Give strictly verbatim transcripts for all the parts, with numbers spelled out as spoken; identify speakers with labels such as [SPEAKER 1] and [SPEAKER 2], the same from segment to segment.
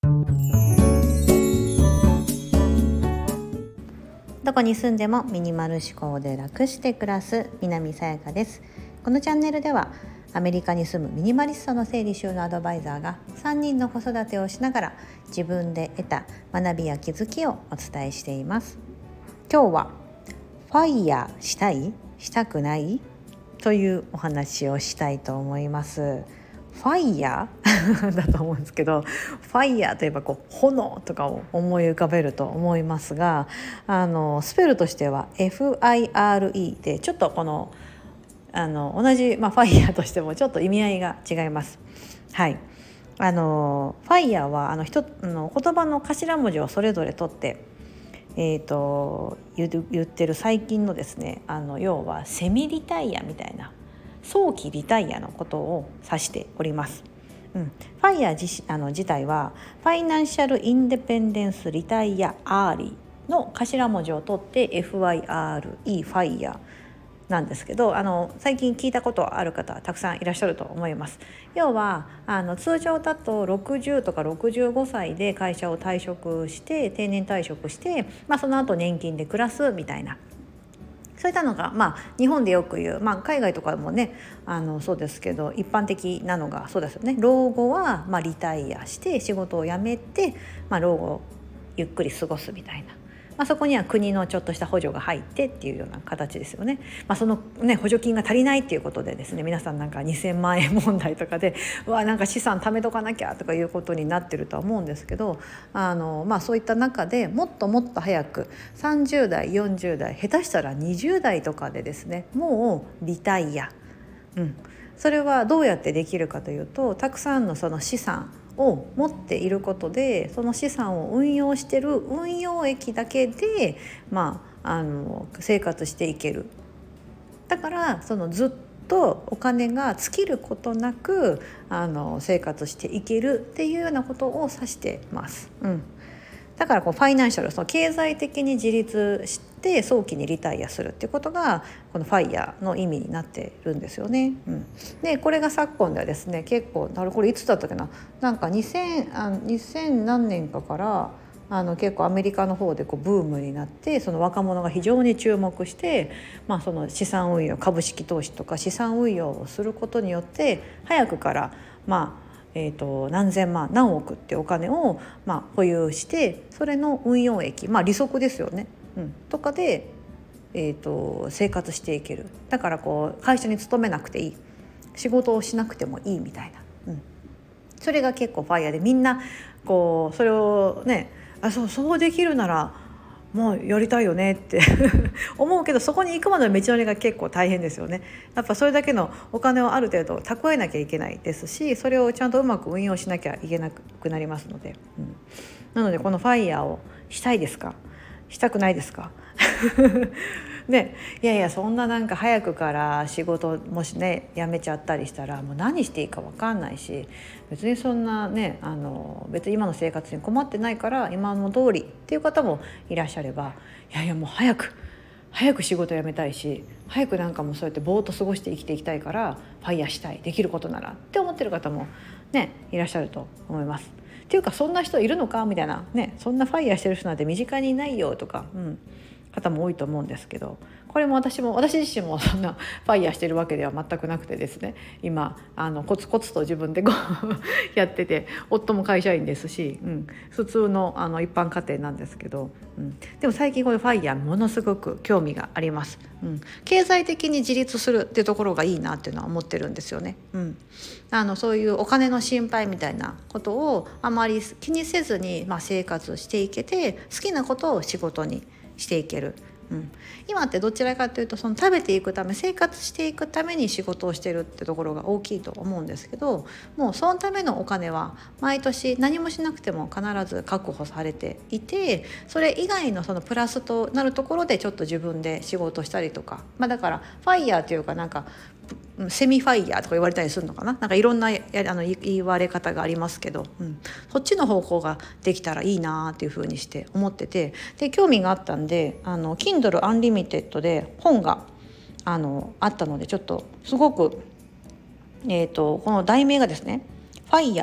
[SPEAKER 1] どこに住んでもミニマル思考で楽して暮らす南さやかです。このチャンネルではアメリカに住むミニマリストの整理収納アドバイザーがさんにんの子育てをしながら自分で得た学びや気づきをお伝えしています。今日はファイヤーしたい？したくない？というお話をしたいと思います。ファイヤーだと思うんですけど、ファイヤーといえばこう炎とかを思い浮かべると思いますが、あのスペルとしては エフアイアールイー でちょっとこのあの同じ、まあ、ファイヤーとしてもちょっと意味合いが違います。はい、あのファイヤーはあの一あの言葉の頭文字をそれぞれ取って、えー、と 言, 言ってる最近のですね、あの要はセミリタイアみたいな早期リタイアのことを指しております。うん、ファイヤー 自, あの自体はファイナンシャルインデペンデンスリタイアアーリーの頭文字を取って エフアイアールイー ファイヤーなんですけど、あの最近聞いたことある方たくさんいらっしゃると思います。要はあの通常だとろくじゅうとかろくじゅうごさいで会社を退職して定年退職して、まあ、その後年金で暮らすみたいな、そういったのが、まあ、日本でよく言う、まあ、海外とかもねあのそうですけど一般的なのがそうですよね。老後は、まあ、リタイアして仕事を辞めて、まあ、老後をゆっくり過ごすみたいな、まあ、そこには国のちょっとした補助が入ってっていうような形ですよね。まあ、その、ね、補助金が足りないっていうことでですね、皆さんなんかにせんまんえん問題とかでうわなんか資産貯めとかなきゃとかいうことになってるとは思うんですけど、あの、まあ、そういった中でもっともっと早くさんじゅうだいよんじゅうだい下手したらにじゅうだいとかでですね、もうリタイア、うん、それはどうやってできるかというと、たくさんのその資産を持っていることで、その資産を運用している運用益だけで、まあ、あの生活していける。だからそのずっとお金が尽きることなくあの生活していけるっていうようなことを指してます。うん、だからこうファイナンシャル、その経済的に自立して早期にリタイアするっていうことがこのファイヤーの意味になってるんですよね。うん、でこれが昨今ではですね、結構これいつだったっけな、なんかにせん、あにせん何年かからあの結構アメリカの方でこうブームになって、その若者が非常に注目して、まあ、その資産運用、株式投資とか資産運用をすることによって早くからまあえー、と何千万何億ってお金を、まあ、保有して、それの運用益、まあ、利息ですよね、うん、とかで、えー、と生活していける。だからこう会社に勤めなくていい、仕事をしなくてもいいみたいな、うん、それが結構ファイヤーで、みんなこうそれをね、あそうそうできるならもうやりたいよねって思うけど、そこに行くまでの道のりが結構大変ですよね。やっぱそれだけのお金をある程度蓄えなきゃいけないですし、それをちゃんとうまく運用しなきゃいけなくなりますので、うん、なのでこのファイヤーをしたいですか、したくないですかね、いやいやそんななんか早くから仕事もしね辞めちゃったりしたらもう何していいか分かんないし、別にそんなねあの別に今の生活に困ってないから今の通りっていう方もいらっしゃれば、いやいやもう早く早く仕事辞めたいし、早くなんかもうそうやってぼーっと過ごして生きていきたいからファイヤーしたい、できることならって思ってる方もねいらっしゃると思います。っていうかそんな人いるのかみたいなね、そんなファイヤーしてる人なんて身近にいないよとか、うん方も多いと思うんですけど、これも私も私自身もそんなファイヤーしてるわけでは全くなくてですね、今あのコツコツと自分でこうやってて、夫も会社員ですし、うん、普通の、あの一般家庭なんですけど、うん、でも最近このファイヤーものすごく興味があります。うん、経済的に自立するっていうところがいいなっていうのは思ってるんですよね。うん、あのそういうお金の心配みたいなことをあまり気にせずに、まあ、生活していけて、好きなことを仕事にしていける。うん、今ってどちらかというとその食べていくため、生活していくために仕事をしてるってところが大きいと思うんですけど、もうそのためのお金は毎年何もしなくても必ず確保されていて、それ以外のそのプラスとなるところでちょっと自分で仕事したりとか、まあ、だからファイヤーというかなんかセミファイヤーとか言われたりするのかな、なんかいろんなやあの言われ方がありますけど、うん、そっちの方向ができたらいいなっていう風にして思ってて、で興味があったんで、あの Kindle Unlimited で本があのあったので、ちょっとすごく、えーと、この題名がですね、ファイヤー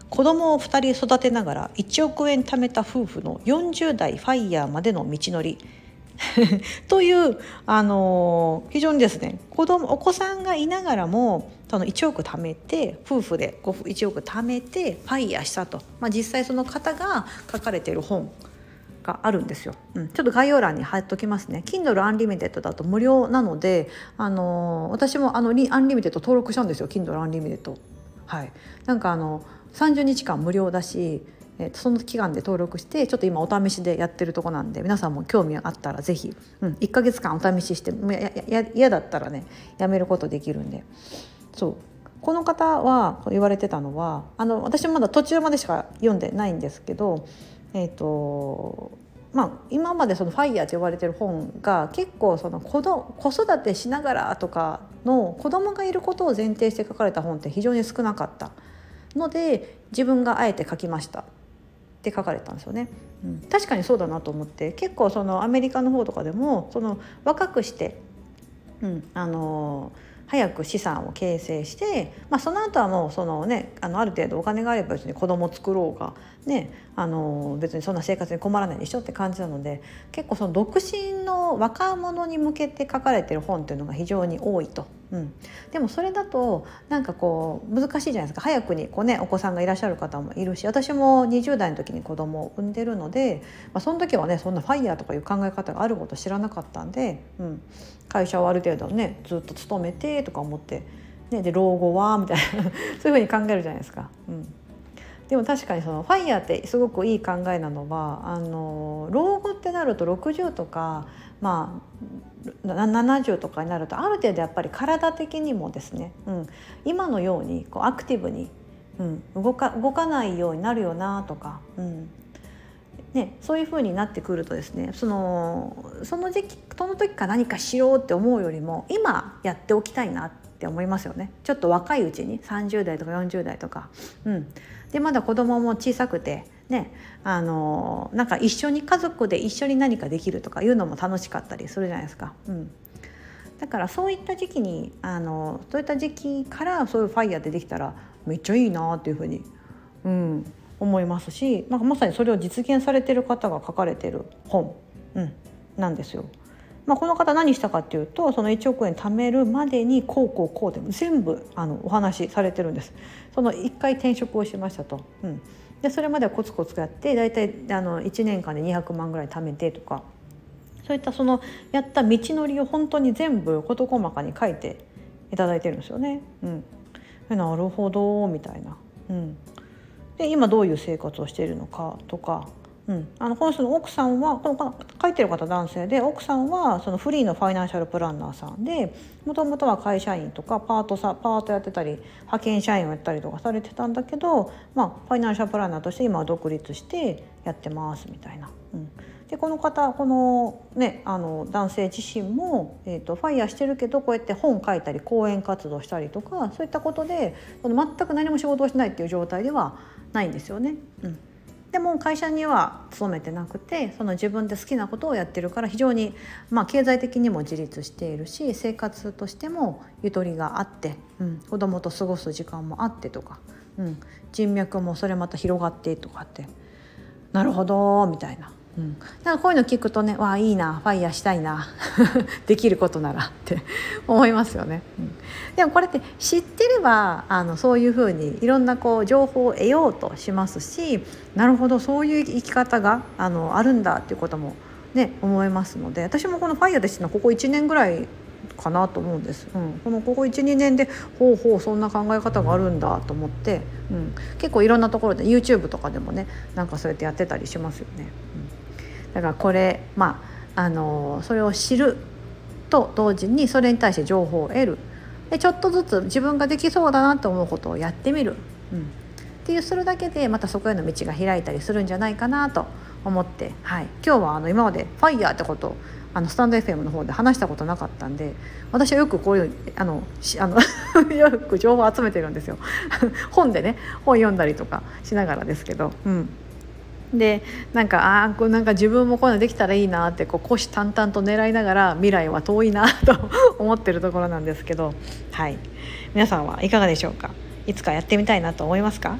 [SPEAKER 1] 子供をふたり育てながらいちおくえん貯めた夫婦のよんじゅう代ファイヤーまでの道のりという、あのー、非常にですね子供お子さんがいながらもそのいちおく貯めて夫婦でいちおく貯めてファイヤーしたと、まあ、実際その方が書かれている本があるんですよ、うん、ちょっと概要欄に貼っときますね。 Kindle Unlimited だと無料なので、あのー、私もあの Unlimited 登録したんですよ。 Kindle Unlimited、はい、なんかあのさんじゅうにちかん無料だし、えー、とその期間で登録してちょっと今お試しでやってるとこなんで、皆さんも興味あったらぜひ、うん、いっかげつかんお試しして嫌だったらねやめることできるんで。そうこの方は言われてたのは、あの私もまだ途中までしか読んでないんですけど、えーとまあ、今までそのファイヤーと呼ばれてる本が結構その子ど子育てしながらとかの子供がいることを前提して書かれた本って非常に少なかったので、自分があえて書きましたって書かれたんですよね、うん、確かにそうだなと思って、結構そのアメリカの方とかでもその若くして、うん、あのー早く資産を形成して、まあ、その後はもうその、ね、あのある程度お金があれば別に子供を作ろうが、ね、あの別にそんな生活に困らないでしょって感じなので、結構その独身の若者に向けて書かれている本っていうのが非常に多いと、うん、でもそれだとなんかこう難しいじゃないですか。早くにこう、ね、お子さんがいらっしゃる方もいるし、私もにじゅう代の時に子供を産んでるので、まあ、その時はねそんなファイヤーとかいう考え方があること知らなかったんで、うん、会社をある程度ねずっと勤めてとか思って、ね、で老後はみたいなそういうふうに考えるじゃないですか、うん、でも確かにそのファイヤーってすごくいい考えなのは、あの老後ってなるとろくじゅうとか、まあ、ななじゅうとかになるとある程度やっぱり体的にもですね、うん、今のようにこうアクティブに、うん、動か、動かないようになるよなとか、うんね、そういう風になってくるとですね、その、その時期その時から何かしようって思うよりも今やっておきたいなって思いますよね。ちょっと若いうちにさんじゅう代とかよんじゅう代とか、うん、でまだ子供も小さくてね、あのなんか一緒に家族で一緒に何かできるとかいうのも楽しかったりするじゃないですか、うん、だからそういった時期にあのそういった時期からそういうファイヤーでできたらめっちゃいいなっていう風に、うん、思いますし、なんかまさにそれを実現されている方が書かれている本、うん、なんですよ。まあ、この方何したかっていうと、そのいちおくえん貯めるまでにこうこうこうで全部あのお話しされてるんです。そのいっかい転職をしましたと、うん、でそれまではコツコツやってだいたいあのいちねんかんでにひゃくまんぐらい貯めてとか、そういったそのやった道のりを本当に全部事細かに書いていただいてるんですよね、うん、なるほどみたいな、うん、で今どういう生活をしているのかとか、うん、あのこの人の奥さんはこの書いてる方男性で、奥さんはそのフリーのファイナンシャルプランナーさんで、もともとは会社員とかパートさパートやってたり派遣社員をやったりとかされてたんだけど、まあ、ファイナンシャルプランナーとして今は独立してやってますみたいな、うん、でこの方この、ね、あの男性自身も、えーと、ファイヤーしてるけどこうやって本書いたり講演活動したりとかそういったことで全く何も仕事をしないっていう状態ではないんですよね、うん、でも会社には勤めてなくて、その自分で好きなことをやってるから非常に、まあ、経済的にも自立しているし生活としてもゆとりがあって、うん、子供と過ごす時間もあってとか、うん、人脈もそれまた広がってとかって、なるほどみたいな、うん、だからこういうの聞くとね、わあいいなファイヤーしたいなできることならって思いますよね、うん、でもこれって知ってればあのそういうふうにいろんなこう情報を得ようとしますし、なるほどそういう生き方が あのあるんだっていうこともね思いますので、私もこのファイヤーで知ったのはここいちねんぐらいかなと思うんです、うん、このここ いち,に 年でほうほうそんな考え方があるんだと思って、うん、結構いろんなところで YouTube とかでもねなんかそうやってやってたりしますよね、うん、だからこれまああのそれを知ると同時にそれに対して情報を得る、でちょっとずつ自分ができそうだなと思うことをやってみる、うん、っていうするだけでまたそこへの道が開いたりするんじゃないかなと思って、はい、今日はあの今までファイヤーってことをあのスタンド エフエム の方で話したことなかったんで、私はよくこういうあのあのよく情報を集めてるんですよ本でね本読んだりとかしながらですけど、うん、でなんかあこうなんか自分もこういうのできたらいいなってこう虎視眈々と狙いながら未来は遠いなと思ってるところなんですけど、はい、皆さんはいかがでしょうか。いつかやってみたいなと思いますか。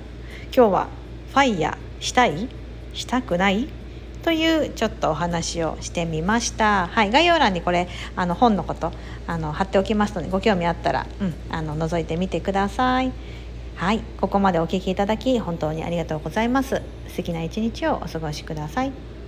[SPEAKER 1] 今日はファイヤーしたいしたくないというちょっとお話をしてみました。はい、概要欄にこれあの本のことあの貼っておきますので、ご興味あったら、うん、あの覗いてみてください。はい、ここまでお聞きいただき本当にありがとうございます。素敵な一日をお過ごしください。